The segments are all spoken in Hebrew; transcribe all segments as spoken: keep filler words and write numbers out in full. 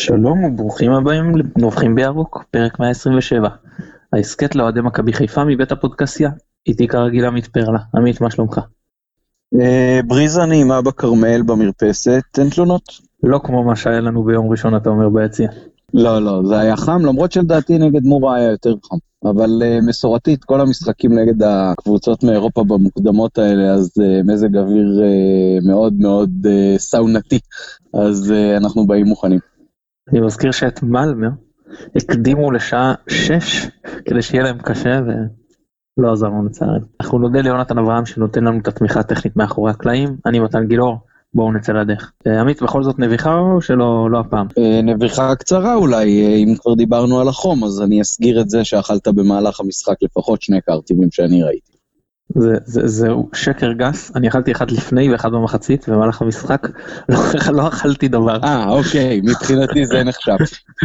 שלום וברוכים הבאים לנובחים בירוק, פרק מאה עשרים ושבע. ההסכת לאוהדי מכבי חיפה מבית הפודקאסיה, איתי כרגיל עמית פרלה. עמית, מה שלומך? בריזה נעימה בכרמל במרפסת, אין תלונות. לא כמו מה שהיה לנו ביום ראשון, אתה אומר ביציע. לא, לא, זה היה חם, למרות שלדעתי נגד מורה היה יותר חם. אבל uh, מסורתית, כל המשחקים נגד הקבוצות מאירופה במוקדמות האלה, אז uh, מזג אוויר uh, מאוד מאוד uh, סאונתי, אז uh, אנחנו באים מוכנים. אני מזכיר שאת מלמר הקדימו לשעה שש, כדי שיהיה להם קשה ולא עזרנו לצערנו. אנחנו נודה ליונתן אברהם שנותן לנו את התמיכה הטכנית מאחורי הקלעים, אני מתן גילאור. בואו נצא לדרך. עמית, בכל זאת נביכה או שלא לא הפעם? נביכה קצרה אולי, אם כבר דיברנו על החום, אז אני אסגיר את זה שאכלת במהלך המשחק לפחות שני קרטיבים שאני ראיתי. זה, זה, זהו שקר גס, אני אכלתי אחד לפני ואחד במחצית, במהלך המשחק לא, לא אכלתי דבר. אה, אוקיי, מבחינתי זה נחשב.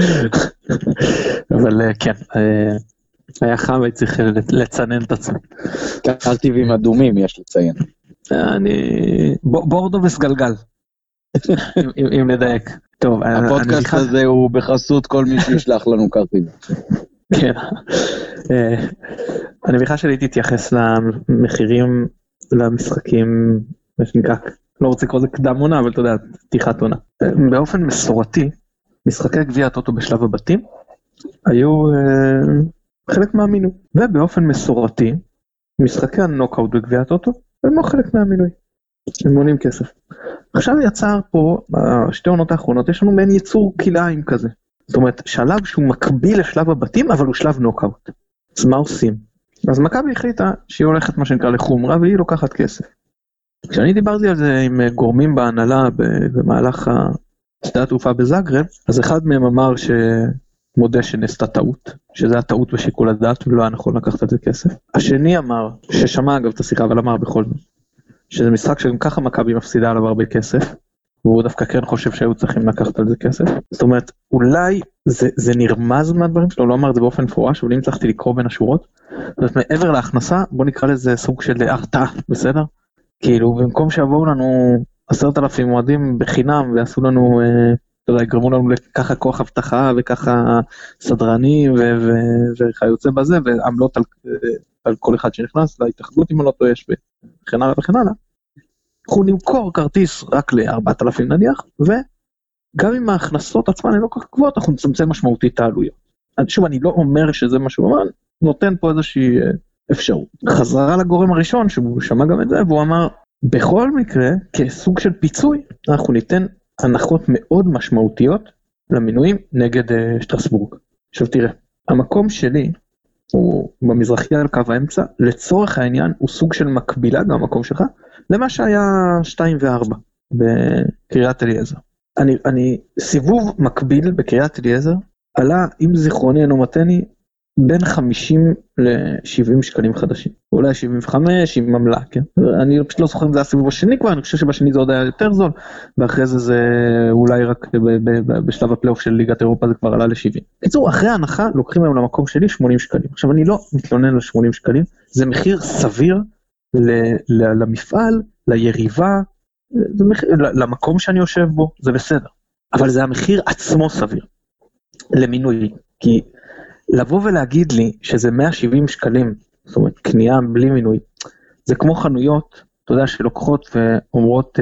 אבל כן, היה חם וצריך לצנן את עצמי. קרטיבים אדומים יש לציין. אני בורדו וסגלגל אם נדייק. טוב, הפודקאסט הזה הוא בחסות כל מי שישלח לנו קרטיב. כן. הנביכה שלי תתייחס למחירים למשחקים, מה שנקרא, לא רוצה לקרוא זה קדם עונה, אבל אתה יודע, פתיחת עונה. באופן מסורתי, משחקי גביע הטוטו בשלב הבתים היו חלק מהמינוי, ובאופן מסורתי משחקי הנוקאוט בגביע הטוטו הם לא חלק מהמינוי, הם מונים כסף. עכשיו יצר פה, בשתי עונות האחרונות, יש לנו מעין יצור כלאיים כזה. זאת אומרת, שלב שהוא מקביל לשלב הבתים, אבל הוא שלב נוקאוט. אז מה עושים? אז מכבי החליטה שהיא הולכת מה שנקרא לחומרה, והיא לוקחת כסף. כשאני דיברתי על זה עם גורמים בהנהלה, במהלך שדה התעופה בזאגרב, אז אחד מהם אמר שמודה שנעשתה טעות, שזה הטעות בשיקול הדעת, ולא היה נכון לקחת את זה כסף. השני אמר, ששמע אגב את השיחה, אבל אמר בכל זאת, שזה משחק שגם ככה מכבי מפסידה עליו הרבה כסף, והוא דווקא כן חושב שהיו צריכים לקחת על זה כסף. זאת אומרת, אולי זה, זה נרמז מהדברים שלו, לא אמר את זה באופן פורש, אבל אם צריכתי לקרוא בין השורות, זאת אומרת, מעבר להכנסה, בוא נקרא לזה סוג של הרתעה, בסדר? כאילו, במקום שיבואו לנו עשרת אלפים מועדים בחינם, ועשו לנו, אה, אתה יודע, יגרמו לנו לככה כוח הבטחה, וככה סדרנים, וכיוצא בזה, ועמלות על, על כל אחד שנכנס, להתאחדות אם לא טועה, וכן הלאה וכן הלאה. אנחנו נמכור כרטיס רק ל-ארבעת אלפים נניח, וגם אם ההכנסות עצמן הן לא כך גבוהות, אנחנו נצמצם משמעותית את העלויות. שוב, אני לא אומר שזה מה שהוא אמר, נותן פה איזושהי אפשרות. חזרה לגורם הראשון, שהוא שמע גם את זה, והוא אמר, בכל מקרה, כסוג של פיצוי, אנחנו ניתן הנחות מאוד משמעותיות למינויים נגד שטרסבורג. עכשיו תראה, המקום שלי, הוא במזרחי על קו האמצע, לצורך העניין הוא סוג של מקבילה, גם המקום שלך, למה שהיה שתיים וארבע בקריית אליעזר. אני, אני, סיבוב מקביל בקריית אליעזר, עלה עם זיכרוני הנומתני, בין חמישים ל-שבעים שקלים חדשים. אולי שבעים וחמש עם ממלה, כן? אני פשוט לא זוכר אם זה הסיבוב השני כבר, אני חושב שבשני זה עוד היה יותר זול, ואחרי זה זה אולי רק ב- ב- ב- בשלב הפלייאוף של ליגת אירופה זה כבר עלה ל-שבעים. קיצור, אחרי ההנחה לוקחים היום למקום שלי שמונים שקלים. עכשיו אני לא מתלונן על שמונים שקלים, זה מחיר סביר ל- ל- למפעל, ליריבה, זה מחיר, למקום שאני יושב בו, זה בסדר. אבל זה המחיר עצמו סביר. למינוי, כי לבוא ולהגיד לי שזה מאה ושבעים שקלים, זאת אומרת, קנייה בלי מינוי, זה כמו חנויות, אתה יודע, שלוקחות ואומרות,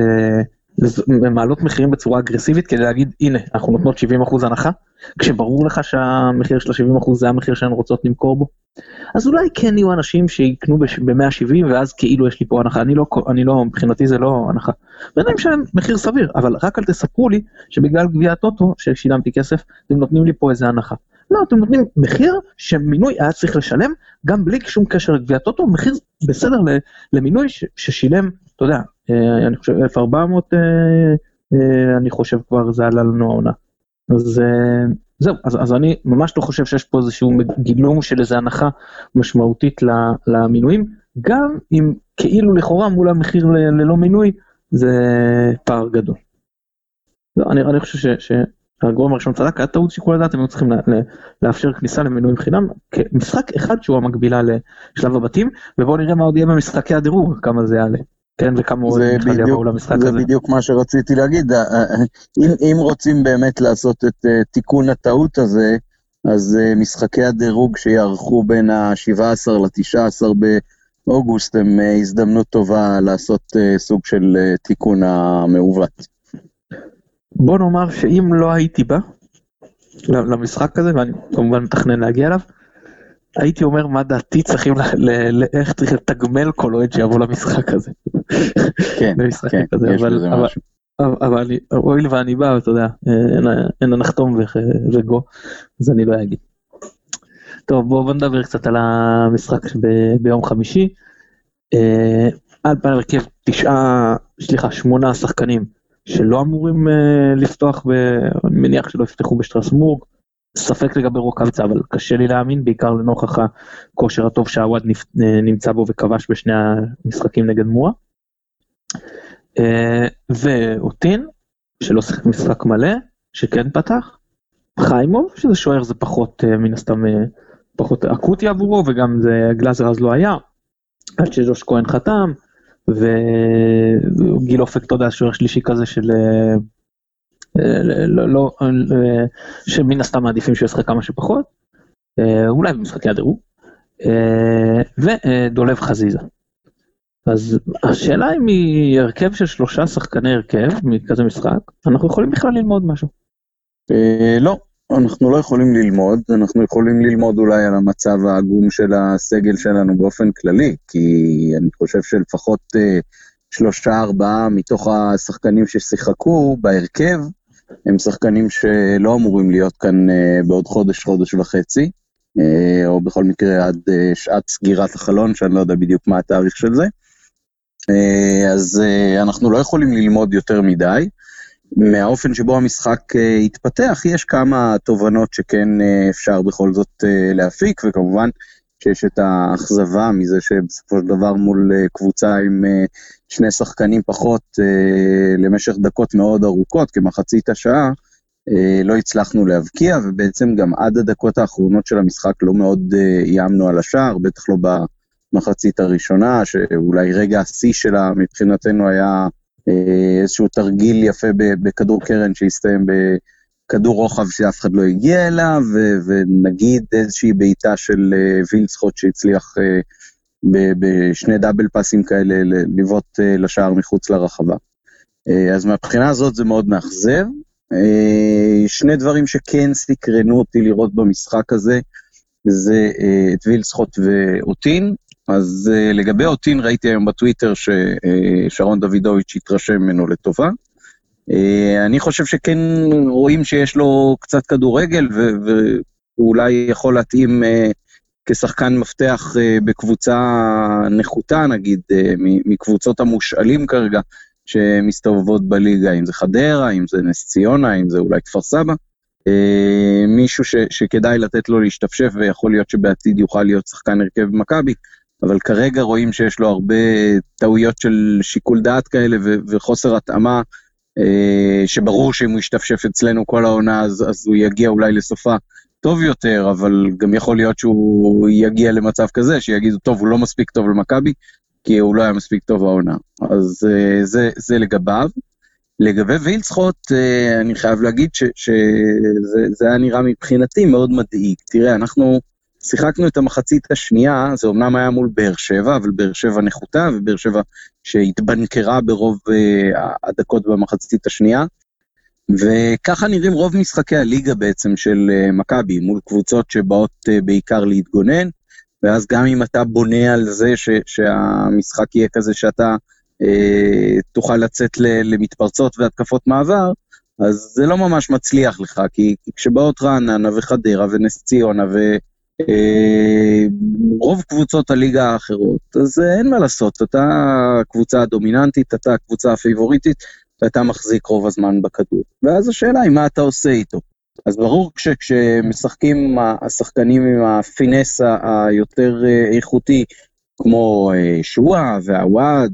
אה, מעלות מחירים בצורה אגרסיבית, כדי להגיד, הנה, אנחנו נותנות שבעים אחוז הנחה, כשברור לך שהמחיר של ה-שבעים אחוז זה המחיר שהן רוצות למכור בו. אז אולי כן יהיו אנשים שיקנו ב-מאה ושבעים, ואז כאילו יש לי פה הנחה, אני לא, אני לא, מבחינתי זה לא הנחה. ואין שלהם מחיר סביר, אבל רק אל תספרו לי, שבגלל גביע הטוטו, ששילמתי כסף, אתם נותנים לי פה איזה הנחה. לא, אתם נותנים מחיר שמינוי היה צריך לשלם, גם בלי שום קשר לגביע הטוטו, מחיר בסדר למינוי ששילם, אתה יודע, אני חושב, אלף וארבע מאות, אני חושב כבר זה עלה לנו העונה. אז זהו, אז, אז אני ממש לא חושב שיש פה איזשהו גילום של איזו הנחה משמעותית למינויים, גם אם כאילו לכאורה מול המחיר ללא מינוי, זה פער גדול. לא, אני, אני חושב ש... ש הגורם הראשון צדק, היה טעות שיקול הדעת, הם היו צריכים לאפשר כניסה למינויים חינם, כמשחק אחד שהוא המקבילה לשלב הבתים, ובואו נראה מה עוד יהיה במשחקי הדירוג, כמה זה יעלה. כן, וכמה עוד בכלל יבואו למשחק הזה. זה בדיוק מה שרציתי להגיד, אם, אם רוצים באמת לעשות את uh, תיקון הטעות הזה, אז uh, משחקי הדירוג שיערכו בין ה-שבעה עשר ל-תשעה עשר באוגוסט, הם uh, הזדמנות טובה לעשות uh, סוג של uh, תיקון המעוות. בוא נאמר שאם לא הייתי בא למשחק הזה, ואני כמובן מתכנן להגיע אליו, הייתי אומר מה דעתי צריכים, איך צריך לתגמל כל אוהד שיבוא למשחק הזה. כן, כן, יש לזה משהו. אבל אוהל ואני בא, אתה יודע, אין הנחתום וגו, אז אני לא אגיד. טוב, בואו נדבר קצת על המשחק ביום חמישי. על פעם הרכב תשעה, סליחה, שמונה שחקנים שלא אמורים לפתוח, אני מניח שלא יפתחו בשטרסבורג, ספק לגבי רוקאביצה, אבל קשה לי להאמין, בעיקר לנוכח הכושר הטוב שהוואד נמצא בו וכבש בשני המשחקים נגד מורה. ואוטין, שלא שיחק משחק מלא, שכן פתח, חיימוב, שזה שוער, זה פחות, מן הסתם, פחות אקוטי עבורו, וגם זה גלאזר אז לא היה, עד שג'וש כהן חתם, וגיל אופק, אתה יודע, שוער שלישי כזה של... לא, לא, שמן הסתם מעדיפים שישחק כמה שפחות, אולי במשחקי הדירוג, ודולב חזיזה. אז השאלה אם היא הרכב של שלושה שחקני הרכב מכזה משחק, אנחנו יכולים בכלל ללמוד משהו? לא, אנחנו לא יכולים ללמוד, אנחנו יכולים ללמוד אולי על המצב העגום של הסגל שלנו באופן כללי, כי אני חושב שלפחות שלושה ארבעה מתוך השחקנים ששיחקו בהרכב, הם שחקנים שלא אמורים להיות כאן בעוד חודש, חודש וחצי, או בכל מקרה עד שעת סגירת החלון, שאני לא יודע בדיוק מה התאריך של זה. אז אנחנו לא יכולים ללמוד יותר מדי. מהאופן שבו המשחק התפתח, יש כמה תובנות שכן אפשר בכל זאת להפיק, וכמובן שיש את האכזבה מזה שבסופו של דבר מול קבוצה עם שני שחקנים פחות למשך דקות מאוד ארוכות, כמחצית השעה, לא הצלחנו להבקיע, ובעצם גם עד הדקות האחרונות של המשחק לא מאוד איימנו על השער, בטח לא במחצית הראשונה, שאולי רגע השיא שלה מבחינתנו היה איזשהו תרגיל יפה בכדור קרן שהסתיים בכדור רוחב שאף אחד לא הגיע אליו, ונגיד איזושהי בעיטה של וילצחוט שהצליח בשני דאבל פאסים כאלה לבעוט לשער מחוץ לרחבה. אז מהבחינה הזאת זה מאוד מאכזב. שני דברים שכן סקרנו אותי לראות במשחק הזה, זה את וילצחוט ואוטין. אז לגבי אוטין ראיתי היום בטוויטר ששרון דוידוביץ' התרשם ממנו לטובה. אני חושב שכן רואים שיש לו קצת כדורגל, ואולי יכול להתאים כשחקן מפתח בקבוצה נחותה, נגיד, מקבוצות המושאלים כרגע, שמסתובבות בליגה, אם זה חדרה, אם זה נס ציונה, אם זה אולי כפר סבא. מישהו ש, שכדאי לתת לו להשתפשף, ויכול להיות שבעתיד יוכל להיות שחקן הרכב במכבי, אבל כרגע רואים שיש לו הרבה טעויות של שיקול דעת כאלה, ו- וחוסר התאמה, אה, שברור שאם הוא ישתפשף אצלנו כל העונה, אז, אז הוא יגיע אולי לסופה טוב יותר, אבל גם יכול להיות שהוא יגיע למצב כזה, שיגידו, טוב, הוא לא מספיק טוב למכבי, כי הוא לא היה מספיק טוב העונה. אז אה, זה, זה לגביו. לגבי וילצחוט, אה, אני חייב להגיד ש- שזה זה היה נראה מבחינתי מאוד מדאיג. תראה, אנחנו... שיחקנו את המחצית השנייה, זה אומנם היה מול באר שבע, אבל באר שבע נחותה, ובאר שבע שהתבנקרה ברוב uh, הדקות במחצית השנייה, וככה נראים רוב משחקי הליגה בעצם של uh, מכבי, מול קבוצות שבאות uh, בעיקר להתגונן, ואז גם אם אתה בונה על זה ש, שהמשחק יהיה כזה שאתה uh, תוכל לצאת ל, למתפרצות והתקפות מעבר, אז זה לא ממש מצליח לך, כי, כי כשבאות רעננה וחדרה ונס ציונה ו... רוב קבוצות הליגה האחרות, אז אין מה לעשות, אתה קבוצה הדומיננטית, אתה הקבוצה הפייבוריטית, ואתה מחזיק רוב הזמן בכדור. ואז השאלה היא מה אתה עושה איתו. אז ברור כשמשחקים השחקנים עם הפינס היותר איכותי, כמו שואה והוואד,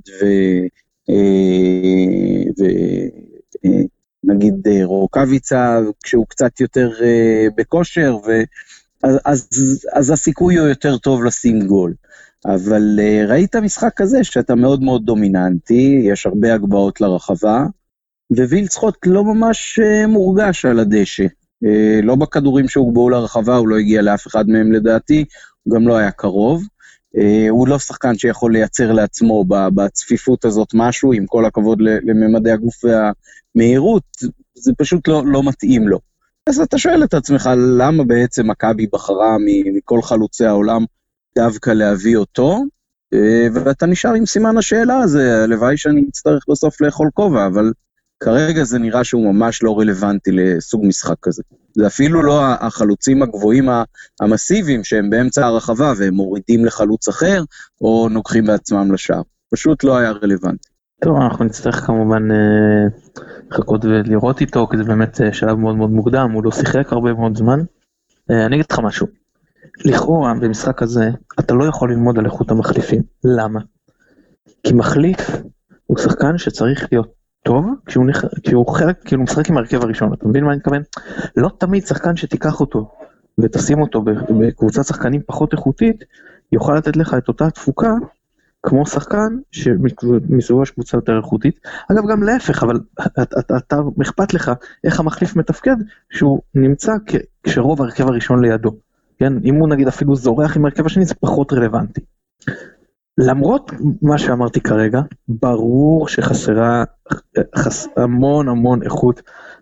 ונגיד רוקאביצה, כשהוא קצת יותר בכושר, ו... אז, אז, אז הסיכוי הוא יותר טוב לשים גול. אבל uh, ראית משחק כזה שאתה מאוד מאוד דומיננטי, יש הרבה הגבהות לרחבה, ווילצחוט לא ממש uh, מורגש על הדשא. Uh, לא בכדורים שהוגבהו לרחבה, הוא לא הגיע לאף אחד מהם לדעתי, הוא גם לא היה קרוב. Uh, הוא לא שחקן שיכול לייצר לעצמו בצפיפות הזאת משהו, עם כל הכבוד לממדי הגוף והמהירות, זה פשוט לא, לא מתאים לו. אז אתה שואל את עצמך, למה בעצם מכבי בחרה מכל חלוצי העולם דווקא להביא אותו, ואתה נשאר עם סימן השאלה הזה, הלוואי שאני אצטרך בסוף לאכול כובע, אבל כרגע זה נראה שהוא ממש לא רלוונטי לסוג משחק כזה. זה אפילו לא החלוצים הגבוהים המסיביים שהם באמצע הרחבה, והם מורידים לחלוץ אחר, או נוקחים בעצמם לשער. פשוט לא היה רלוונטי. טוב, אנחנו נצטרך כמובן לחכות ולראות איתו, כי זה באמת שלב מאוד מאוד מוקדם, הוא לא שיחק הרבה מאוד זמן. אני אגיד לך משהו, לכאורה במשחק הזה, אתה לא יכול ללמוד על איכות המחליפים. למה? כי מחליף הוא שחקן שצריך להיות טוב, כשהוא, נכ... כשהוא חלק, כאילו הוא משחק עם הרכב הראשון, אתה מבין מה אני מתכוון? לא תמיד שחקן שתיקח אותו, ותשים אותו בקבוצת שחקנים פחות איכותית, יוכל לתת לך את אותה תפוקה, כמו שחקן שמסוגו יש קבוצה יותר איכותית, אגב גם להפך, אבל אתה, אתה אכפת לך איך המחליף מתפקד, שהוא נמצא כשרוב הרכב הראשון לידו, כן? אם הוא נגיד אפילו זורח עם הרכב השני, זה פחות רלוונטי. למרות מה שאמרתי כרגע, ברור שחסרה חס, המון המון איכות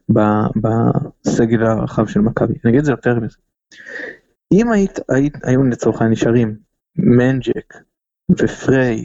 בסגל הרחב של מכבי. אני אגיד את זה יותר מזה. אם היית, היית, היו לצורך הנשארים מנג'ק ופריי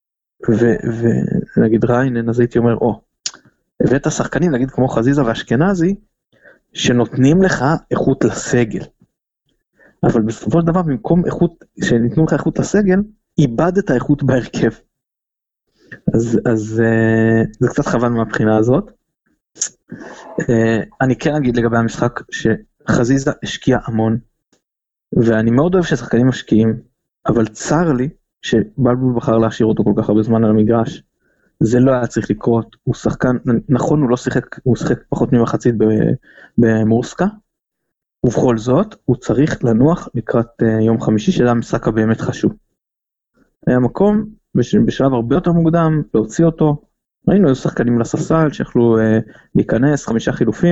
ונגיד ריינן, אז הייתי אומר, או, הבאת שחקנים, נגיד כמו חזיזה ואשכנזי, שנותנים לך איכות לסגל. אבל בסופו של דבר, במקום איכות, שניתנו לך איכות לסגל, איבד את האיכות בהרכב. אז, אז uh, זה קצת חבל מהבחינה הזאת. Uh, אני כן אגיד לגבי המשחק שחזיזה השקיע המון, ואני מאוד אוהב ששחקנים משקיעים, אבל צר לי שבלבול בחר להשאיר אותו כל כך הרבה זמן על המגרש. זה לא היה צריך לקרות. הוא שחקן, נכון הוא לא שיחק, הוא שיחק פחות ממחצית במורסקה, ובכל זאת הוא צריך לנוח לקראת uh, יום חמישי, שזה המשחק הבאמת חשוב. היה מקום בשלב הרבה יותר מוקדם להוציא אותו, ראינו היו שחקנים לספסל שיכלו אה, להיכנס, חמישה חילופים,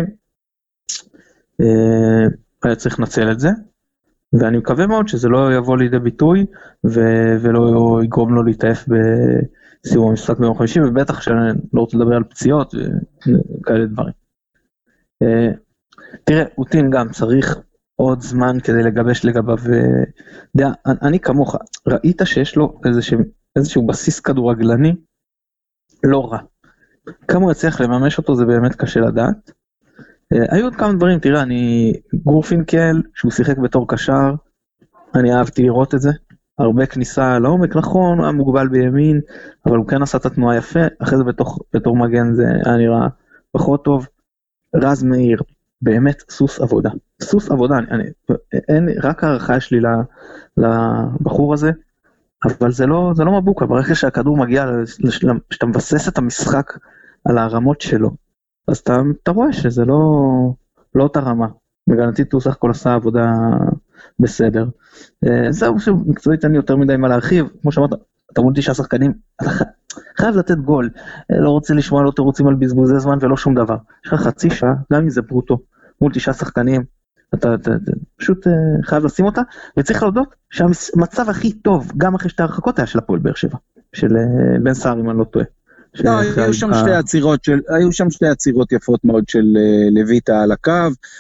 אה, היה צריך לנצל את זה, ואני מקווה מאוד שזה לא יבוא לידי ביטוי, ו- ולא יגרום לו להתעף בסיום המשחק ביום חמישי, ובטח שאני לא רוצה לדבר על פציעות וכאלה דברים. אה, תראה, אוטין גם צריך עוד זמן כדי לגבש לגביו, ודע, אני כמוך, ראית שיש לו איזשהו, איזשהו בסיס כדורגלני, לא רע. כמה הוא יצליח לממש אותו, זה באמת קשה לדעת. היו עוד כמה דברים, תראה, אני, גורפינקל, שהוא שיחק בתור קשר, אני אהבתי לראות את זה, הרבה כניסה לעומק, נכון, הוא היה מוגבל בימין, אבל הוא כן עשה את התנועה יפה, אחרי זה בתוך, בתור מגן זה היה נראה פחות טוב. רז מאיר, באמת סוס עבודה, סוס עבודה, אני, אני, אין, רק הערכה שלי לבחור הזה, אבל זה לא, זה לא מבוקה, ברגע שהכדור מגיע, שאתה מבסס את המשחק על הרמות שלו, אז אתה, אתה רואה שזה לא, לא אותה רמה, מגנתית הוא סך הכל עשה עבודה בסדר, זהו שמקצועית אני יותר מדי מה להרחיב, כמו שאמרת, אתה מול תשעה שחקנים, אתה חייב לתת גול, לא רוצה לשמוע לא תירוצים על בזבוזי זמן ולא שום דבר, יש לך חצי שעה, גם אם זה ברוטו, מול תשעה שחקנים, אתה, אתה, אתה פשוט חייב לשים אותה, וצריך להודות שהמצב הכי טוב, גם אחרי שתי הרחקות היה של הפועל באר שבע, של בן סער אם אני לא טועה. לא, היו שם שתי עצירות, של, היו שם שתי עצירות יפות מאוד של לויטה על הקו,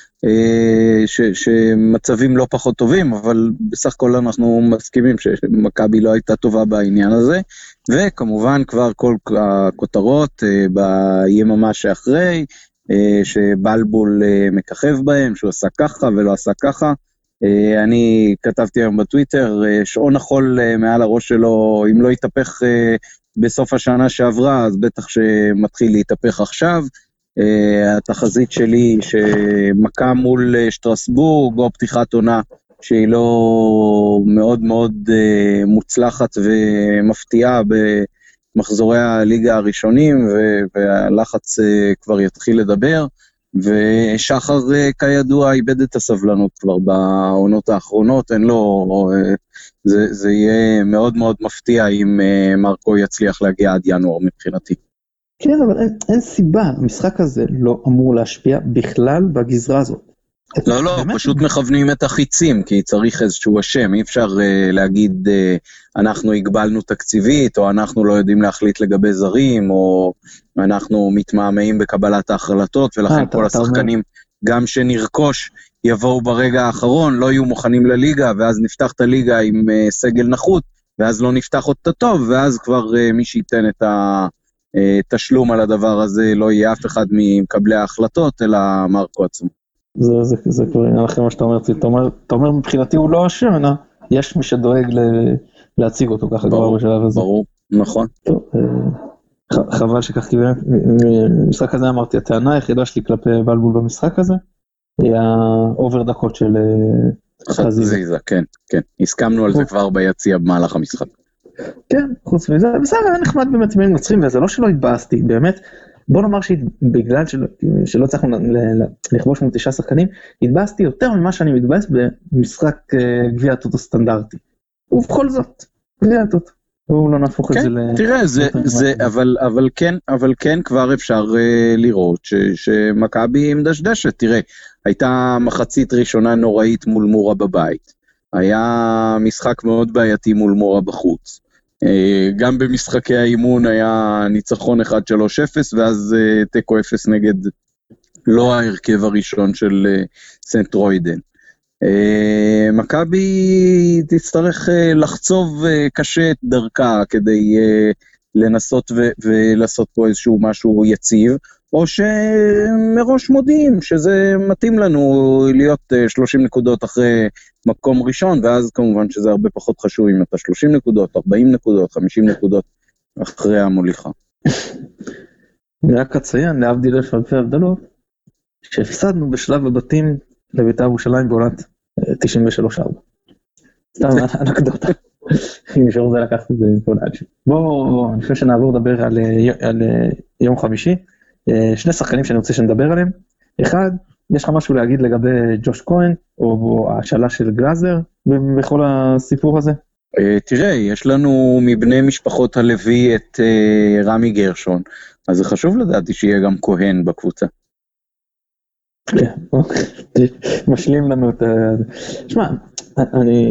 ש, שמצבים לא פחות טובים, אבל בסך הכל אנחנו מסכימים שמכבי לא הייתה טובה בעניין הזה, וכמובן כבר כל הכותרות ביממה שאחרי, שבלבול מככב בהם, שהוא עשה ככה ולא עשה ככה. אני כתבתי היום בטוויטר, שעון החול מעל הראש שלו, אם לא יתהפך בסוף השנה שעברה, אז בטח שמתחיל להתהפך עכשיו. התחזית שלי שמכה מול שטרסבורג, או פתיחת עונה שהיא לא מאוד מאוד מוצלחת ומפתיעה במחזורי הליגה הראשונים, והלחץ כבר יתחיל לדבר, ושחר כידוע איבד את הסבלנות כבר בעונות האחרונות, אין לו, זה, זה יהיה מאוד מאוד מפתיע אם מרקו יצליח להגיע עד ינואר מבחינתי. כן, אבל אין, אין סיבה, המשחק הזה לא אמור להשפיע בכלל בגזרה הזאת. לא, לא, באמת? פשוט מכוונים את החיצים, כי צריך איזשהו השם, אי אפשר uh, להגיד uh, אנחנו הגבלנו תקציבית, או אנחנו לא יודעים להחליט לגבי זרים, או אנחנו מתמהמהים בקבלת ההחלטות, ולכן 아, כל אתה, השחקנים, אתה גם שנרכוש, יבואו ברגע האחרון, לא יהיו מוכנים לליגה, ואז נפתח את הליגה עם uh, סגל נחות, ואז לא נפתח אותה טוב, ואז כבר uh, מי שייתן את התשלום על הדבר הזה, לא יהיה אף אחד מקבלי ההחלטות, אלא מרקו עצמו. זה, זה, זה כבר עניין אחרי מה שאתה אומר, אתה אומר, אתה אומר מבחינתי הוא לא אשם, יש מי שדואג ל, להציג אותו ככה כבר בשלב הזה. ברור, נכון. טוב, חבל שכך כי במשחק הזה אמרתי, הטענה היחידה שלי כלפי בלבול במשחק הזה, היא האובר דקות של חזיזה. כן, כן, הסכמנו על זה כבר ביציע במהלך המשחק. כן, חוץ מזה, בסדר, היה נחמד באמת מהם נוצרים, וזה לא שלא התבאסתי, באמת, בוא נאמר שבגלל שלא, שלא צריכנו לכבוש מול תשעה שחקנים, התבאסתי יותר ממה שאני מתבאס במשחק גביע הטוטו סטנדרטי. ובכל זאת, גביע הטוטו. הוא לא נהפוך את זה ל... תראה, זה, זה, אבל, אבל כן, אבל כן כבר אפשר uh, לראות ש, שמכבי מדשדשת. תראה, הייתה מחצית ראשונה נוראית מול מורה בבית. היה משחק מאוד בעייתי מול מורה בחוץ. גם במשחקי האימון היה ניצחון אחד שלוש אפס, ואז טקו אפס נגד לא ההרכב הראשון של סנט-רוידן. מכבי תצטרך לחצוב קשה את דרכה כדי לנסות ולעשות פה איזשהו משהו יציב, או שמראש מודיעים שזה מתאים לנו להיות שלושים נקודות אחרי מקום ראשון, ואז כמובן שזה הרבה פחות חשוב אם אתה שלושים נקודות, ארבעים נקודות, חמישים נקודות אחרי המוליכה. אני רק אציין, להבדיל אלפי הבדלות, שהפסדנו בשלב הבתים לבית"ר ירושלים בעונת תשעים ושלוש ארבע. סתם אנקדוטה. אם אפשר זה לקחת את זה עם כל עד. בואו, אני חושב שנעבור לדבר על, על יום חמישי. שני שחקנים שאני רוצה שנדבר עליהם. אחד, יש לך משהו להגיד לגבי ג'וש כהן, או השאלה של גלאזר, בכל הסיפור הזה? תראה, יש לנו מבני משפחות הלוי את רמי גרשון, אז זה חשוב לדעתי שיהיה גם כהן בקבוצה. כן, משלים לנו את ה... שמע, אני...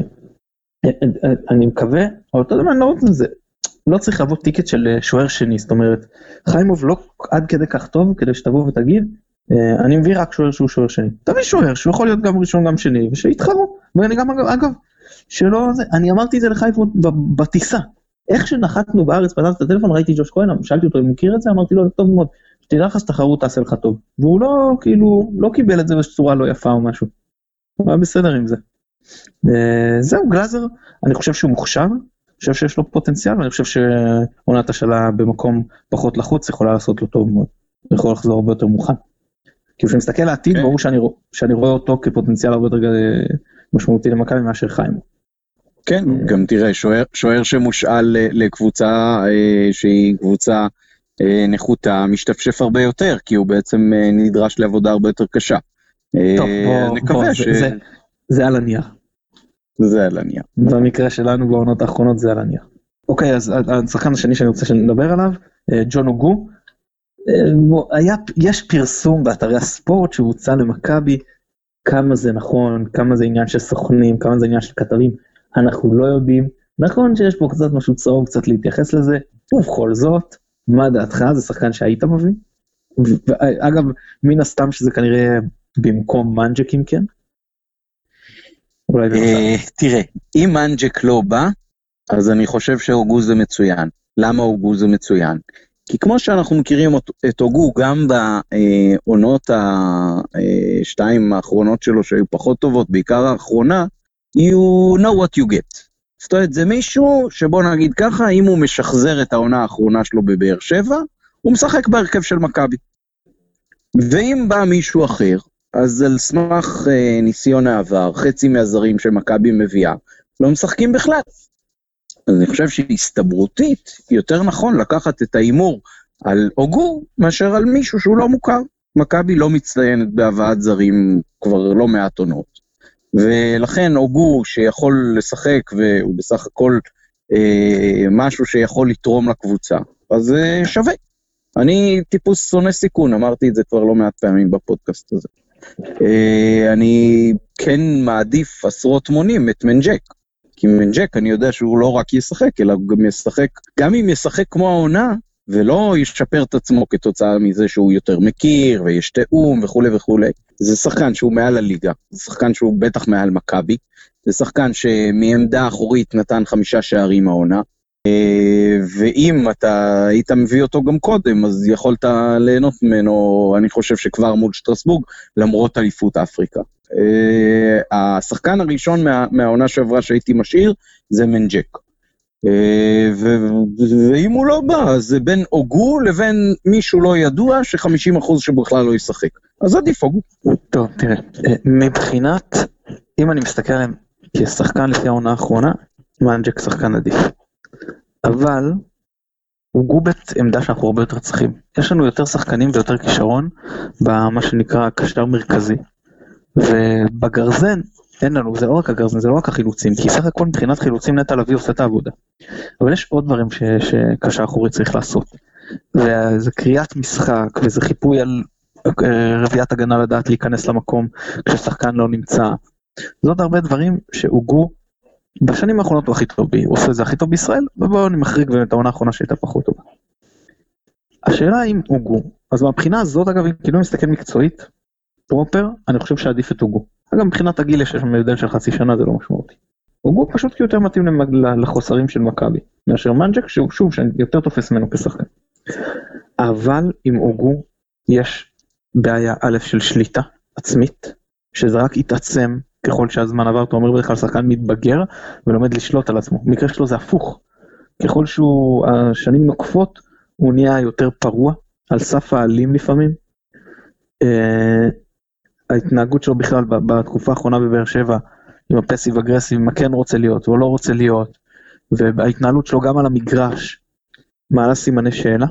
אני מקווה, אבל אתה יודע מה, אני לא רוצה לזה, לא צריך לבוא טיקט של שוער שני, זאת אומרת, חיימוב לא עד כדי כך טוב, כדי שתבוא ותגיד, אני מביא רק שוער שהוא שוער שני, תביא שוער שהוא יכול להיות גם ראשון גם שני, ושיתחרו, ואני גם אגב, שלא זה, אני אמרתי את זה לחיימוב בטיסה, איך שנחתנו בארץ, פתחת את הטלפון, ראיתי ג'וש כהן, שאלתי אותו אם מכיר את זה, אמרתי לו, טוב מאוד, שתדע לך תחרות תעשה לך טוב, והוא לא, כאילו, לא קיבל את זה בצורה לא יפה או משהו, הוא היה בסדר עם זה. זהו, גלאזר, אני חושב שהוא מוכשר, אני חושב שיש לו פוטנציאל, ואני חושב שעונת השאלה במקום פחות לחוץ, יכולה לעשות לו טוב מאוד, יכול לחזור הרבה יותר מוכן. כי כשאני מסתכל לעתיד, ברור שאני רואה אותו כפוטנציאל הרבה יותר משמעותי למכבי מאשר חיימו. כן, גם תראה, שוער שמושאל לקבוצה שהיא קבוצה נחותה, משתפשף הרבה יותר, כי הוא בעצם נדרש לעבודה הרבה יותר קשה. טוב, בוא, זה על הנייר. זה על הנייר. במקרה שלנו בעונות האחרונות זה על הנייר. אוקיי, אז השחקן השני שאני רוצה שנדבר עליו, ג'ון אוגו, היה, יש פרסום באתרי הספורט שהוצא למכבי, כמה זה נכון, כמה זה עניין של סוכנים, כמה זה עניין של כתבים, אנחנו לא יודעים, נכון שיש פה קצת משהו צהוב, קצת להתייחס לזה, ובכל זאת, מה דעתך, זה שחקן שהיית מביא? אגב, מן הסתם שזה כנראה במקום מנג'קים, כן? תראה, אם מנג'ק לא בא, אז אני חושב שאוגו זה מצוין. למה אוגו זה מצוין? כי כמו שאנחנו מכירים את אוגו, גם בעונות השתיים האחרונות שלו שהיו פחות טובות, בעיקר האחרונה, you know what you get. זאת אומרת, זה מישהו שבוא נגיד ככה, אם הוא משחזר את העונה האחרונה שלו בבאר שבע, הוא משחק בהרכב של מכבי. ואם בא מישהו אחר, אז על סמך אה, ניסיון העבר, חצי מהזרים שמכבי מביאה, לא משחקים בכלל. אז אני חושב שהסתברותית יותר נכון לקחת את האימור על אוגו, מאשר על מישהו שהוא לא מוכר. מכבי לא מצטיינת בהבאת זרים כבר לא מעט עונות, ולכן אוגו שיכול לשחק והוא בסך הכל אה, משהו שיכול לתרום לקבוצה, אז אה, שווה. אני טיפוס שונא סיכון, אמרתי את זה כבר לא מעט פעמים בפודקאסט הזה. אה, אני כן מעדיף עשרות מונים את מנג'ק, כי מנג'ק אני יודע שהוא לא רק ישחק, אלא גם ישחק, גם אם ישחק כמו העונה, ולא ישפר את עצמו כתוצאה מזה שהוא יותר מכיר, ויש תאום וכו' וכו'. זה שחקן שהוא מעל הליגה, זה שחקן שהוא בטח מעל מכבי, זה שחקן שמעמדה אחורית נתן חמישה שערים העונה, ואם אתה היית מביא אותו גם קודם, אז יכולת ליהנות ממנו, אני חושב שכבר מול שטרסבורג, למרות אליפות אפריקה. השחקן הראשון מה, מהעונה שעברה שהייתי משאיר, זה מנג'ק. ואם הוא לא בא, אז זה בין אוגו לבין מישהו לא ידוע, ש-חמישים אחוז שבכלל לא ישחק. אז עדיף אוגו. טוב, תראה, מבחינת, אם אני מסתכל עליהם כשחקן לפי העונה האחרונה, מנג'ק שחקן עדיף. אבל אוגו בעמדה שאנחנו הרבה יותר צריכים. יש לנו יותר שחקנים ויותר כישרון במה שנקרא קשר מרכזי. ובגרזן אין לנו, זה לא רק הגרזן, זה לא רק החילוצים, כי סך הכל מבחינת חילוצים נטע לביא עושה את העבודה. אבל יש עוד דברים ש, שקשר אחורי צריך לעשות. וזה קריאת משחק, וזה חיפוי על רביעת הגנה לדעת להיכנס למקום כששחקן לא נמצא. זאת הרבה דברים שאוגו בשנים האחרונות הוא הכי טוב בי, הוא עושה את זה הכי טוב בישראל, ובואו אני מחריג באמת העונה האחרונה שהייתה פחות טובה. השאלה אם אוגו, אז מהבחינה הזאת אגב, אם כאילו מסתכל מקצועית, פרופר, אני חושב שעדיף את אוגו. אגב, מבחינת הגיל יש שם הבדל של חצי שנה, זה לא משמעותי. אוגו פשוט כי יותר מתאים לחוסרים של מכבי, מאשר מנג'ק, שהוא שוב, שיותר תופס ממנו כשחקן. אבל עם אוגו יש בעיה א' של שליטה עצמית, שזה רק יתעצם ככל שהזמן עבר, אתה אומר בדרך כלל שחקן מתבגר, ולומד לשלוט על עצמו. במקרה שלו זה הפוך. ככל שהוא, השנים נוקפות, הוא נהיה יותר פרוע, על סף העלים לפעמים. ההתנהגות שלו בכלל בתקופה האחרונה בבאר שבע, עם הפסיב אגרסיב, מה כן רוצה להיות, או לא רוצה להיות, וההתנהלות שלו גם על המגרש, מעלה סימני שאלה.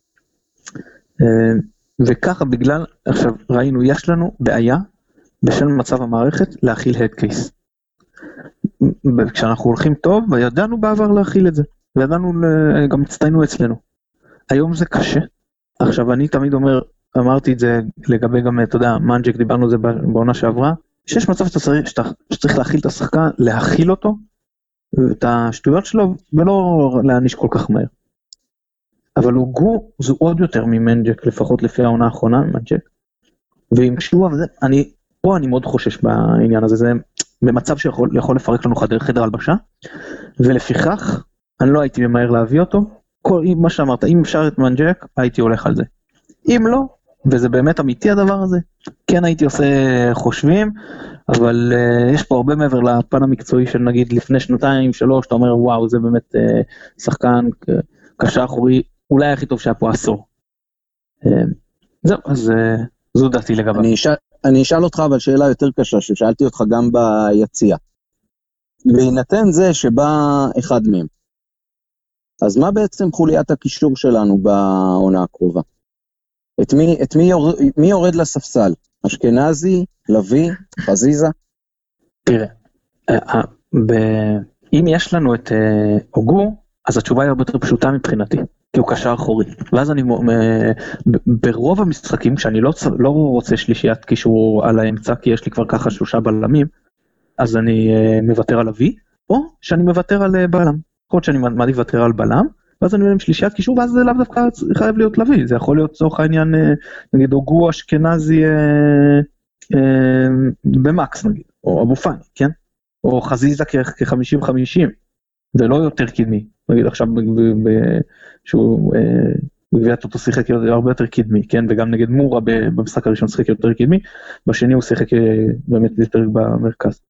וככה בגלל, עכשיו ראינו, יש לנו בעיה, בשל מצב המערכת, להכיל head case. כשאנחנו הולכים טוב, וידענו בעבר להכיל את זה, וידענו, גם הצטיינו אצלנו. היום זה קשה. עכשיו אני תמיד אומר, אמרתי את זה לגבי גם, אתה יודע, מנג'ק, דיברנו על זה בעונה שעברה, שיש מצב שאתה צריך, שאתה, שצריך להכיל את השחקן, להכיל אותו, ואת השטויות שלו, ולא להעניש כל כך מהר. אבל אוגו, זו עוד יותר ממנג'ק, לפחות לפי העונה האחרונה, מנג'ק. ועם שוב, אני, פה אני מאוד חושש בעניין הזה, זה במצב שיכול יכול לפרק לנו חדר, חדר הלבשה, ולפיכך, אני לא הייתי ממהר להביא אותו, כל, מה שאמרת, אם אפשר את מנג'ק, הייתי הולך על זה. אם לא, וזה באמת אמיתי הדבר הזה, כן הייתי עושה חושבים, אבל uh, יש פה הרבה מעבר לפן המקצועי של נגיד לפני שנתיים, שלוש, אתה אומר וואו, זה באמת uh, שחקן קשר אחורי, אולי הכי טוב שהיה פה עשור. Uh, זהו, אז uh, זו דעתי לגביו. אני אשאל, אני אשאל אותך אבל שאלה יותר קשה, ששאלתי אותך גם ביציאה. בהינתן זה שבא אחד מהם, אז מה בעצם חוליית הקישור שלנו בעונה הקרובה? את מי, את מי, יורד, מי יורד לספסל? אשכנזי, לביא, חזיזה? תראה, אם יש לנו את אוגו, אז התשובה היא הרבה יותר פשוטה מבחינתי, כי הוא קשר אחורי. ואז אני, ברוב המשחקים, כשאני לא, לא רוצה שלישיית קישור על האמצע, כי יש לי כבר ככה שלושה בלמים, אז אני מוותר על לביא, או שאני מוותר על בלם. יכול להיות שאני מעדיף לוותר על בלם, ואז אני אומר עם שלישיית קישור, ואז זה לאו דווקא חייב להיות לביא, זה יכול להיות צורך העניין, נגיד, אוגו אשכנזי במקס, נגיד, או אבו פאני, כן? או חזיזה כ-חמישים חמישים, ולא יותר קדמי, נגיד עכשיו, שהוא בגביעת אותו שיחק הרבה יותר קדמי, כן? וגם נגד מורה במשחק הראשון שיחק יותר קדמי, בשני הוא שיחק באמת יותר במרכז.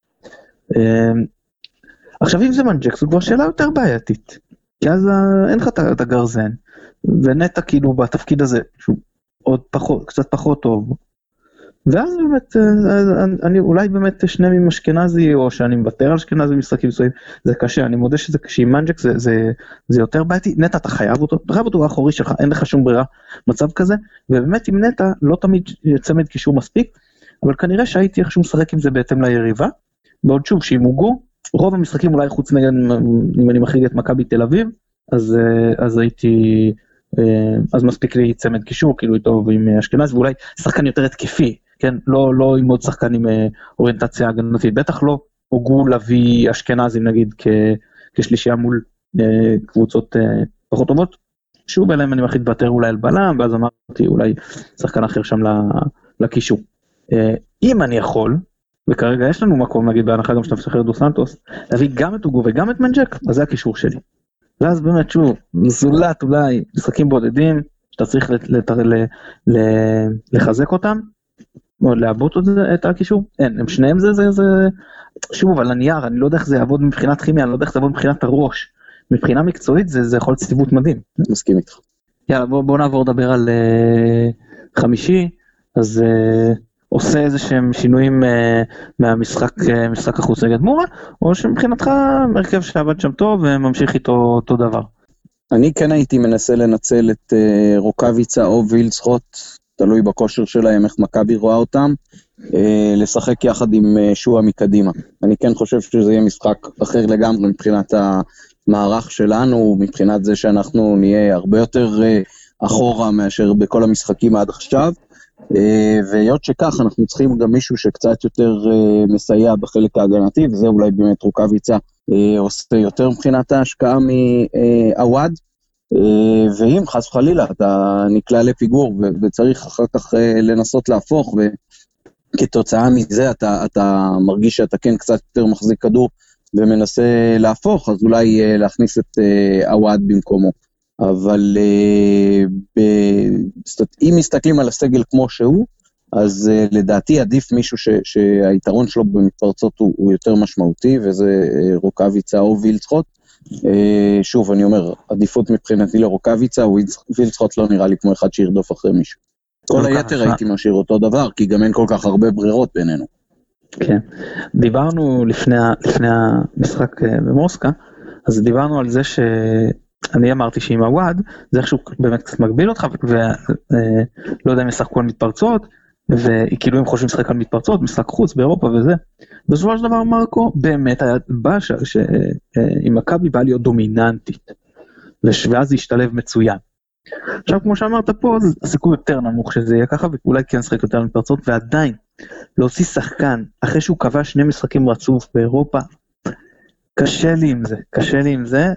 עכשיו אם זה מנג'ק, זו כבר שאלה יותר בעייתית, כי אז אין לך את הגרזן, ונטע כאילו בתפקיד הזה, שהוא עוד פחות, קצת פחות טוב, ואז באמת, אני אולי באמת שני עם אשכנזי, או שאני מוותר על אשכנזי במשחקים מסוימים, זה קשה, אני מודה שזה קשה, עם מנג'ק זה, זה, זה יותר בעייתי, נטע אתה חייב אותו, אתה חייב אותו באחורי שלך, אין לך שום ברירה, מצב כזה, ובאמת עם נטע לא תמיד צמד קישור מספיק, אבל כנראה שהייתי איכשהו משחק עם זה בהתאם ליריבה, בעוד שוב, שאם הוגו, רוב המשחקים אולי חוץ נגד, אם אני מחריג את מכבי תל אביב, אז, אז הייתי, אז מספיק לי צמד קישור, כאילו איתו ועם אשכנז, ואולי שחקן יותר התקפי, כן, לא, לא עם עוד שחקן עם אוריינטציה הגנתית, בטח לא הוגו להביא אשכנזים נגיד כ, כשלישייה מול אה, קבוצות אה, פחות טובות, שוב אליהם אני מחליט בטר אולי על בלם, ואז אמרתי אולי שחקן אחר שם לקישור. אה, אם אני יכול, וכרגע יש לנו מקום נגיד בהנחה גם שאתה משחרר דו סנטוס, להביא גם את הוגו וגם את מנג'ק, אז זה הקישור שלי. ואז באמת שוב, זולת אולי משחקים בודדים, שאתה צריך לת, ל, ל, לחזק אותם, או לעבוד את הקישור, אין, הם שניהם זה, זה, זה, שוב, על הנייר, אני לא יודע איך זה יעבוד מבחינת כימיה, אני לא יודע איך זה יעבוד מבחינת הראש, מבחינה מקצועית זה, זה יכול להיות סיבוב מדהים. מסכים איתך. יאללה, בוא, בוא נעבור לדבר על uh, חמישי, אז uh, עושה איזה שהם שינויים uh, מהמשחק, uh, משחק החוץ נגד מורה, או שמבחינתך מרכב שעבד שם טוב וממשיך איתו אותו דבר. אני כן הייתי מנסה לנצל את uh, רוקאביצה או וילצחוט, תלוי בכושר שלהם, איך מכבי רואה אותם, אה, לשחק יחד עם אה, שועה מקדימה. אני כן חושב שזה יהיה משחק אחר לגמרי מבחינת המערך שלנו, מבחינת זה שאנחנו נהיה הרבה יותר אה, אחורה מאשר בכל המשחקים עד עכשיו, אה, והיות שכך אנחנו צריכים גם מישהו שקצת יותר אה, מסייע בחלק ההגנתי, וזה אולי באמת רוקאביצה אה, עושה יותר מבחינת ההשקעה מעווד, ואם חס וחלילה אתה נקלע לפיגור וצריך אחר כך לנסות להפוך, וכתוצאה מזה אתה, אתה מרגיש שאתה כן קצת יותר מחזיק כדור ומנסה להפוך, אז אולי להכניס את עווד במקומו. אבל אם מסתכלים על הסגל כמו שהוא, אז לדעתי עדיף מישהו ש, שהיתרון שלו במתפרצות הוא, הוא יותר משמעותי, וזה רוקאביצה או וילצחוט. שוב, אני אומר, עדיפות מבחינתי לרוקאביצה, וילצחוט לא נראה לי כמו אחד שירדוף אחרי מישהו. כל היתר הייתי משאיר אותו דבר, כי גם אין כל כך הרבה ברירות בינינו. כן, דיברנו לפני, לפני המשחק במוסקה, אז דיברנו על זה שאני אמרתי שעם הוואד, זה איכשהו באמת קצת מגביל אותך, ולא יודע אם ישחקו על מתפרצות, וכאילו הם חושבים לשחק על מתפרצות, משחק חוץ באירופה וזה. בסופו של דבר מרקו באמת היה בא שעם מכבי בא להיות דומיננטית, ואז זה ישתלב מצוין. עכשיו כמו שאמרת פה, הסיכוי יותר נמוך שזה יהיה ככה, ואולי כן שחק יותר על מתפרצות, ועדיין להוציא שחקן, אחרי שהוא קבע שני משחקים רצוף באירופה, קשה לי עם זה, קשה לי עם זה,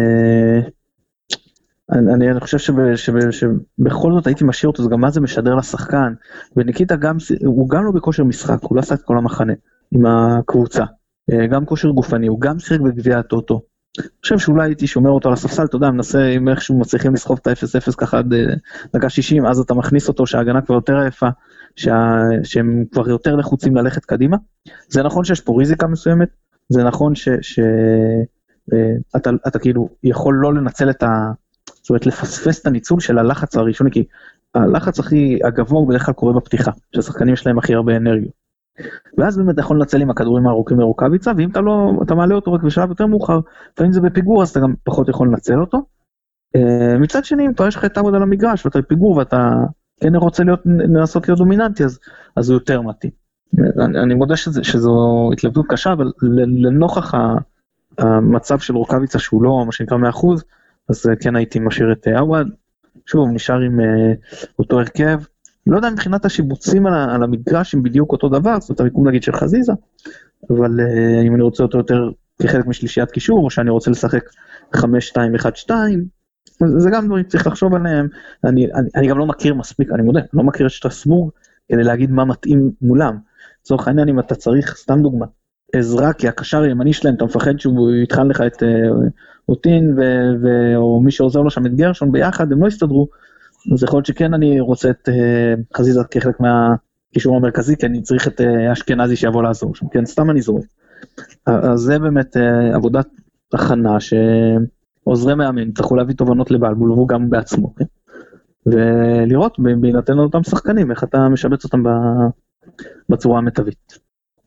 אני, אני חושב שב, שב, שבכל זאת הייתי משאיר אותו, זה גם מה זה משדר לשחקן, וניקיטה גם, הוא גם לא בכושר משחק, הוא לא עשה את כל המחנה עם הקבוצה, גם כושר גופני, הוא גם שיחק בגביע הטוטו, אני חושב שאולי הייתי שומר אותו על הספסל, אתה יודע, מנסה עם איכשהו מצליחים לסחוב את ה-אפס אפס ככה עד דקה שישים, אז אתה מכניס אותו שההגנה כבר יותר עייפה, שה, שהם כבר יותר לחוצים ללכת קדימה, זה נכון שיש פה ריזיקה מסוימת, זה נכון ש, ש, אתה, אתה כאילו יכול לא לנצל את ה... זאת אומרת, לפספס את הניצול של הלחץ הראשוני, כי הלחץ הכי הגבוה בדרך כלל קורה בפתיחה, שהשחקנים יש להם הכי הרבה אנרגיות. ואז באמת אתה יכול לנצל עם הכדורים הארוכים לרוקאביצה, ואם אתה לא, אתה מעלה אותו רק בשלב יותר מאוחר, ואם זה בפיגור, אז אתה גם פחות יכול לנצל אותו. מצד שני, אם אתה יש לך את העבוד על המגרש, ואתה בפיגור, ואתה כן רוצה להיות, לנסות להיות דומיננטי, אז, אז זה יותר מתאים. אני, אני מודה שזה, שזו התלבטות קשה, אבל לנוכח המצב של רוקאביצה, שהוא לא מה שנקרא מאה אחוז, אז כן הייתי משאיר את עווד, שוב נשאר עם uh, אותו הרכב, לא יודע מבחינת השיבוצים על, על המגרש עם בדיוק אותו דבר, זאת הריקום נגיד של חזיזה, אבל uh, אם אני רוצה אותו יותר כחלק משלישיית קישור, או שאני רוצה לשחק חמש שתיים אחת שתיים, זה גם דברים צריך לחשוב עליהם, אני, אני, אני גם לא מכיר מספיק, אני מודה, לא מכיר את שטרסבורג, כדי להגיד מה מתאים מולם, לצורך העניין אם אתה צריך, סתם דוגמה, עזרה, כי הקשר הימני שלהם, אתה מפחד שהוא יתחל לך את אוטין, או מי שעוזר לו שם את גרשון ביחד, הם לא יסתדרו, אז יכול להיות שכן אני רוצה את חזיזה כחלק מהקישור המרכזי, כי אני צריך את אשכנזי שיבוא לעזור שם, כן, סתם אני זורק. אז זה באמת עבודת הכנה, שעוזרי מאמן, צריכו להביא תובנות לבלבול, והוא גם בעצמו, כן? ולראות, בהינתן אותם שחקנים, איך אתה משבץ אותם בצורה המיטבית.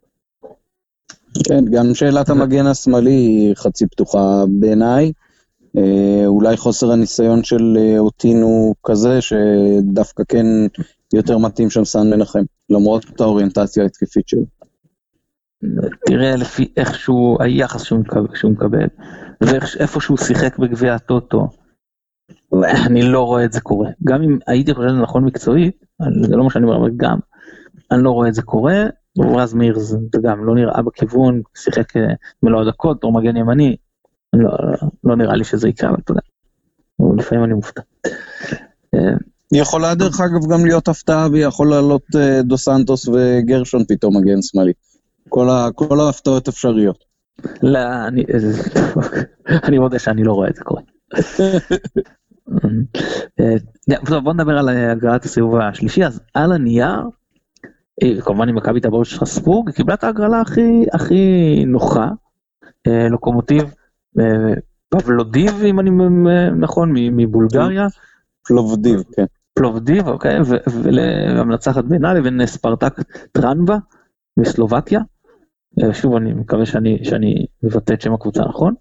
כן, גם שאלת המגן השמאלי היא חצי פתוחה בעיניי, אולי חוסר הניסיון של אותין הוא כזה שדווקא כן יותר מתאים שם סן מנחם, למרות האוריינטציה התקפית שלו. תראה לפי איכשהו היחס שהוא מקבל, שהוא מקבל ואיפה שהוא שיחק בגביע הטוטו, אני לא רואה את זה קורה. גם אם הייתי חושב שזה נכון מקצועית, זה לא מה שאני אומר, גם אני לא רואה את זה קורה. רז מאיר זה גם לא נראה בכיוון, שיחק מלוא הדקות, או מגן ימני, לא, לא נראה לי שזה יקרה, אבל אתה יודע, לפעמים אני מופתע. יכולה דרך אגב גם להיות הפתעה, ויכול לעלות דו סנטוס וגרשון פתאום מגן שמאלי. כל, ה, כל ההפתעות אפשריות. לא, אני, אני מודה שאני לא רואה את זה קורה. בוא נדבר על הגרלת הסיבוב השלישי. אז על הנייר, כמובן עם מכבי תל-אביב שטרסבורג, קיבלה את ההגרלה הכי, הכי נוחה, לוקומוטיב, פבלודיב, אם אני נכון, מבולגריה. פלובדיב, כן. פלובדיב, אוקיי, והמנצחת בינה לבין ספרטק טרנבה, מסלובקיה. שוב, אני מקווה שאני, שאני מבטא את שם הקבוצה נכון.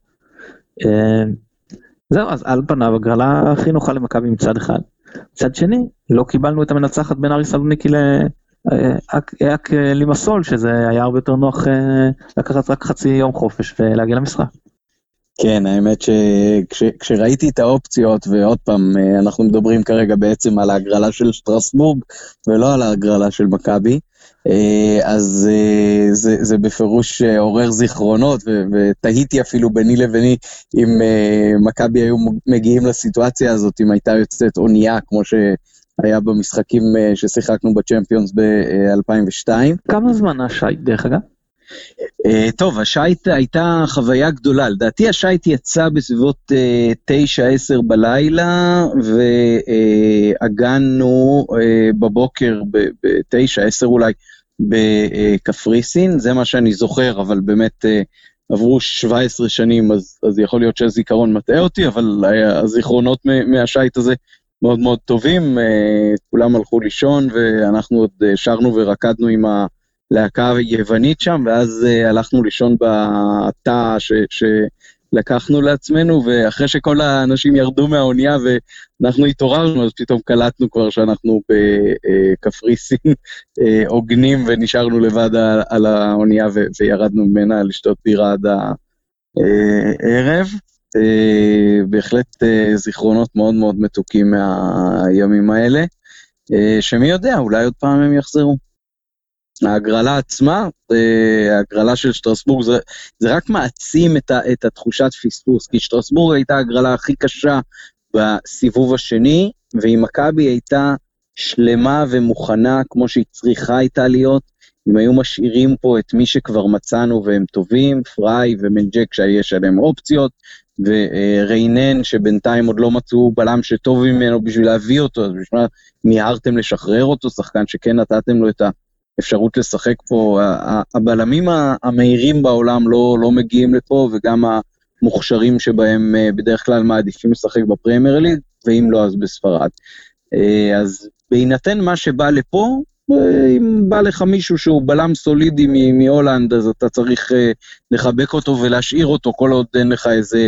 זהו, אז על פניו, הגרלה הכי נוחה למכבי מצד אחד. מצד שני, לא קיבלנו את המנצחת בין אריס סלוניקי לאק לימסול, שזה היה הרבה יותר נוח לקחת רק חצי יום חופש ולהגיע למשחק. כן, האמת שכשראיתי את האופציות, ועוד פעם, אנחנו מדברים כרגע בעצם על ההגרלה של שטרסבורג, ולא על ההגרלה של מכבי, אז זה, זה בפירוש עורר זיכרונות, ותהיתי אפילו ביני לביני, אם מכבי היו מגיעים לסיטואציה הזאת, אם הייתה יוצאת אונייה, כמו שהיה במשחקים ששיחקנו בצ'מפיונס ב-אלפיים ושתיים. כמה זמן השייט דרך אגב? Uh, טוב, השייט הייתה חוויה גדולה, לדעתי השייט יצא בסביבות uh, תשע עשר בלילה, והגענו uh, בבוקר ב-תשע עשר אולי בקפריסין, זה מה שאני זוכר, אבל באמת uh, עברו שבע עשרה שנים, אז, אז יכול להיות שהזיכרון מטעה אותי, אבל הזיכרונות מהשייט הזה מאוד מאוד טובים, uh, כולם הלכו לישון, ואנחנו עוד uh, שרנו ורקדנו עם ה... להקה יוונית שם, ואז uh, הלכנו לישון בתא ש- שלקחנו לעצמנו, ואחרי שכל האנשים ירדו מהאונייה ואנחנו התעוררנו, אז פתאום קלטנו כבר שאנחנו בקפריסין uh, עוגנים, ונשארנו לבד על, על האונייה ו- וירדנו ממנה לשתות בירה עד הערב. Uh, בהחלט uh, זיכרונות מאוד מאוד מתוקים מהימים האלה, uh, שמי יודע, אולי עוד פעם הם יחזרו. ההגרלה עצמה, ההגרלה של שטרסבורג, זה, זה רק מעצים את, ה, את התחושת פספוס, כי שטרסבורג הייתה ההגרלה הכי קשה בסיבוב השני, והיא מכבי הייתה שלמה ומוכנה, כמו שהיא צריכה הייתה להיות, אם היו משאירים פה את מי שכבר מצאנו והם טובים, פריי ומנג'ק שיש עליהם אופציות, וריינן שבינתיים עוד לא מצאו בלם שטוב ממנו בשביל להביא אותו, אז בשביל מיהרתם לשחרר אותו, שחקן שכן נתתם לו את ה... אפשרות לשחק פה, הבלמים המהירים בעולם לא, לא מגיעים לפה, וגם המוכשרים שבהם בדרך כלל מעדיפים לשחק בפרמייר ליג, ואם לא אז בספרד. אז בהינתן מה שבא לפה, אם בא לך מישהו שהוא בלם סולידי מהולנד, אז אתה צריך לחבק אותו ולהשאיר אותו, כל עוד אין לך איזה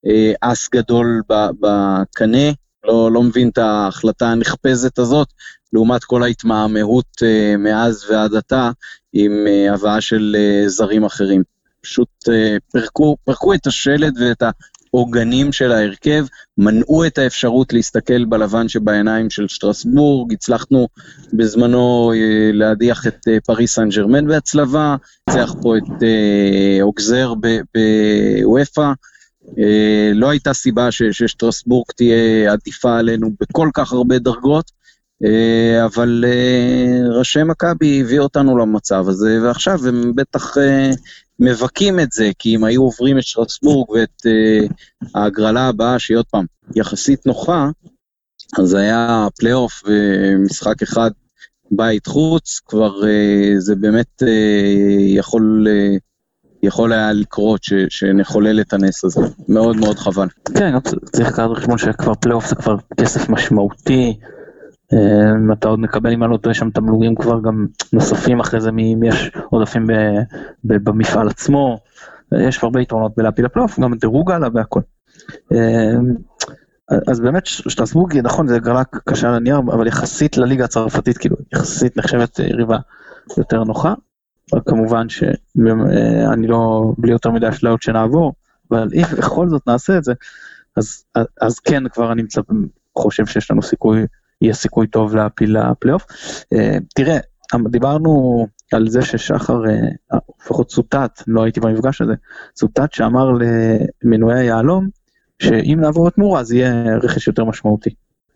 אס גדול בקנה, לא, לא מבין את ההחלטה הנחפזת הזאת, לעומת כל ההתמהמהות uh, מאז ועד עתה, עם uh, הבאה של uh, זרים אחרים. פשוט uh, פרקו, פרקו את השלד ואת העוגנים של ההרכב, מנעו את האפשרות להסתכל בלבן שבעיניים של שטרסבורג, הצלחנו בזמנו uh, להדיח את uh, פריס סן ז'רמן בהצלבה, הצליח פה את uh, אוגזר בוופא, Uh, לא הייתה סיבה ש- ששטרסבורג תהיה עדיפה עלינו בכל כך הרבה דרגות, uh, אבל uh, ראשי מכבי הביא אותנו למצב הזה, ועכשיו הם בטח uh, מבקים את זה, כי אם היו עוברים את שטרסבורג ואת uh, ההגרלה הבאה, שהיא עוד פעם יחסית נוחה, אז היה פלייאוף ומשחק אחד בית חוץ, כבר uh, זה באמת uh, יכול... Uh, יכול היה לקרות ש, שנחולל את הנס הזה. מאוד מאוד חבל. כן, צריך לקחת בחשבון שכבר פלייאוף זה כבר כסף משמעותי, אתה עוד מקבל אם אני לא טועה שם תמלוגים כבר גם נוספים אחרי זה, מי יש עודפים במפעל עצמו, יש הרבה יתרונות בלהפיל לפלייאוף, גם דירוג עליו והכל. אז באמת שטרסבורג, נכון, זה גרלה קשה לנייר, אבל יחסית לליגה הצרפתית, כאילו, יחסית נחשבת יריבה יותר נוחה, כמובן שאני לא, בלי יותר מדי אשליות שנעבור, אבל אם בכל זאת נעשה את זה, אז, אז כן, כבר אני מצפ, חושב שיש לנו סיכוי, יהיה סיכוי טוב להפיל לפלייאוף. תראה, דיברנו על זה ששחר, לפחות צוטט, לא הייתי במפגש הזה, צוטט שאמר למנועי היעלום, שאם נעבור את מורה, אז יהיה רכש יותר משמעותי.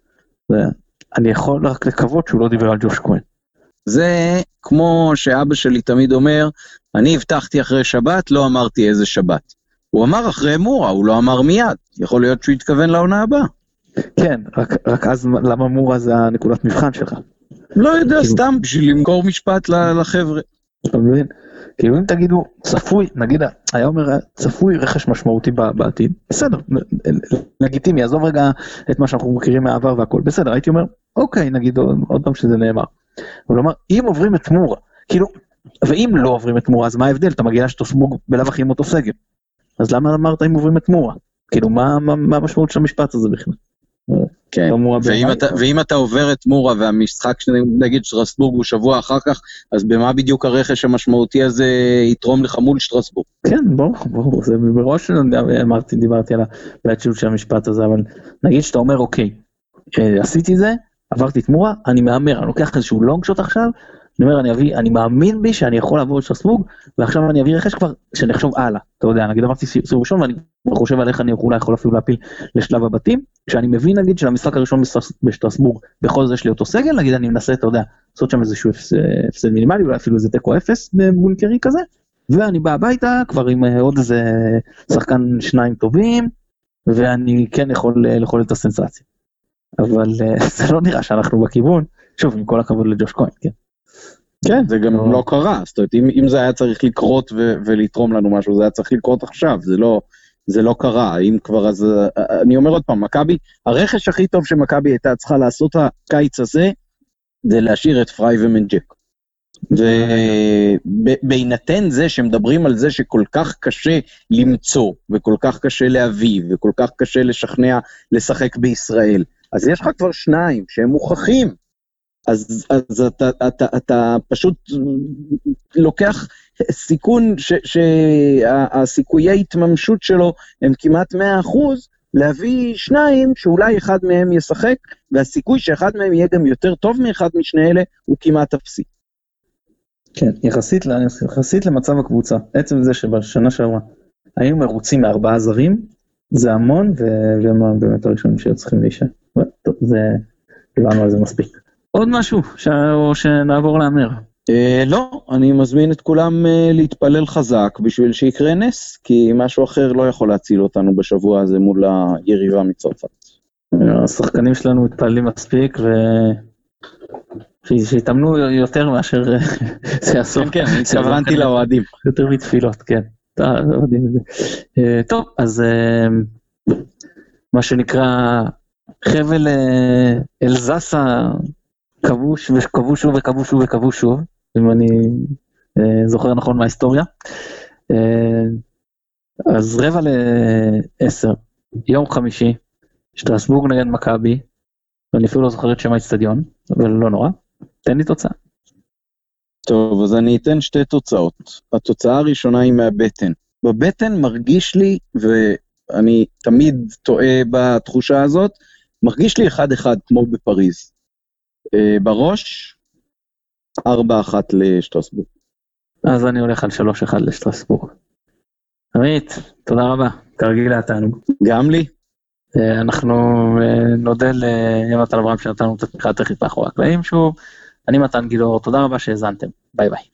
אני יכול רק לקוות שהוא לא דיבר על ג'וש כהן. זה כמו שאבא שלי תמיד אומר, אני הבטחתי אחרי שבת, לא אמרתי איזה שבת. הוא אמר אחרי מורה, הוא לא אמר מיד. יכול להיות שהוא התכוון לעונה הבאה. כן, רק, רק אז למה מורה זה הנקודת מבחן שלך? לא יודע, סתם בשביל למכור משפט לחבר'ה. אתה מבין? כאילו אם תגידו צפוי, נגיד, היה אומר צפוי רכש משמעותי בעתיד, בסדר, לגיטימי, עזוב רגע את מה שאנחנו מכירים מהעבר והכל, בסדר, הייתי אומר, אוקיי, נגיד עוד פעם שזה נאמר. אבל הוא אמר, אם עוברים את מורה, כאילו, ואם לא עוברים את מורה, אז מה ההבדל? אתה מגיע שטרסבורג בלב הכי עם אותו סגל. אז למה אמרת אם עוברים את מורה? כאילו, מה, מה, מה המשמעות של המשפט הזה בכלל? כן, ואם אתה, ואם אתה עובר את מורה והמשחק נגיד שטרסבורג הוא שבוע אחר כך, אז במה בדיוק הרכש המשמעותי הזה יתרום לך מול שטרסבורג? כן, ברור, ברור, זה בראש אמרתי, דיברתי על הבעצות של המשפט הזה, אבל נגיד שאתה אומר, אוקיי, עשיתי זה, עברתי את מורה, אני מאמר, אני לוקח איזשהו לונג שוט עכשיו, אני אומר, אני אביא, אני מאמין בי שאני יכול לעבור את שטרסבורג, ועכשיו אני אביא רכש כבר, שאני אחשוב הלאה, אתה יודע, נגיד אמרתי סיבוב ראשון, ואני חושב על איך אני אולי יכול אפילו להפיל לשלב הבתים, כשאני מבין, נגיד, שלמשחק הראשון בשטרסבורג, בכל זה יש לי אותו סגל, נגיד, אני מנסה, אתה יודע, לעשות שם איזשהו הפסד מינימלי, אולי אפילו איזה טקו אפס בבונקרי כזה, ואני בא הביתה, כבר עם עוד איזה שחקן שניים טובים, ואני כן יכול לאכול את הסנסציה. אבל זה לא נראה שאנחנו בכיוון, שוב, עם כל הכבוד לג'וש כהן, כן. כן, זה גם לא קרה, זאת אומרת, אם, אם זה היה צריך לקרות ו- ולתרום לנו משהו, זה היה צריך לקרות עכשיו, זה לא, זה לא קרה, אם כבר, אז אני אומר עוד פעם, מכבי, הרכש הכי טוב שמכבי הייתה צריכה לעשות הקיץ הזה, זה להשאיר את פריי ומנג'ק. ובהינתן זה שמדברים על זה שכל כך קשה למצוא, וכל כך קשה להביא, וכל כך קשה לשכנע לשחק בישראל, אז יש לך כבר שניים שהם מוכחים, אז, אז אתה, אתה, אתה פשוט לוקח סיכון ש, שהסיכויי התממשות שלו הם כמעט מאה אחוז, להביא שניים שאולי אחד מהם ישחק, והסיכוי שאחד מהם יהיה גם יותר טוב מאחד משני אלה הוא כמעט אפסי. כן, יחסית, יחסית למצב הקבוצה, עצם זה שבשנה שעברה היינו מרוצים מארבעה זרים, זה המון, והם באמת הראשונים שצריכים להישאר. טוב, זה, דיברנו על זה מספיק. עוד משהו, או שנעבור לאמר? אה, לא, אני מזמין את כולם אה, להתפלל חזק בשביל שיקרה נס, כי משהו אחר לא יכול להציל אותנו בשבוע הזה מול היריבה מצרפת. השחקנים שלנו מתפללים מספיק, ו... שיתאמנו יותר מאשר זה הסוף. כן, כן, התכוונתי לאוהדים. יותר מתפילות, כן. טוב, אז מה שנקרא חבל אלזסה, כבוש וכבוש שוב וכבוש שוב וכבוש שוב, אם אני זוכר נכון מההיסטוריה. אז רבע לעשר, יום חמישי, שטרסבורג נגד מכבי, ואני אפילו לא זוכר את שם האצטדיון, אבל לא נורא, תן לי תוצאה. טוב, אז אני אתן שתי תוצאות. התוצאה הראשונה היא מהבטן. בבטן מרגיש לי, ואני תמיד טועה בתחושה הזאת, מרגיש לי אחד אחד כמו בפריז. בראש, ארבע אחת לשטרסבורג. אז אני הולך על שלוש אחד לשטרסבורג. עמית, תודה רבה, כרגיל התענוג. גם לי. אנחנו נודה ליונתן אברהם שנתנו את התמיכה הטכנית מאחורי הקלעים שוב. אני מתן גילאור, תודה רבה שהאזנתם, ביי ביי.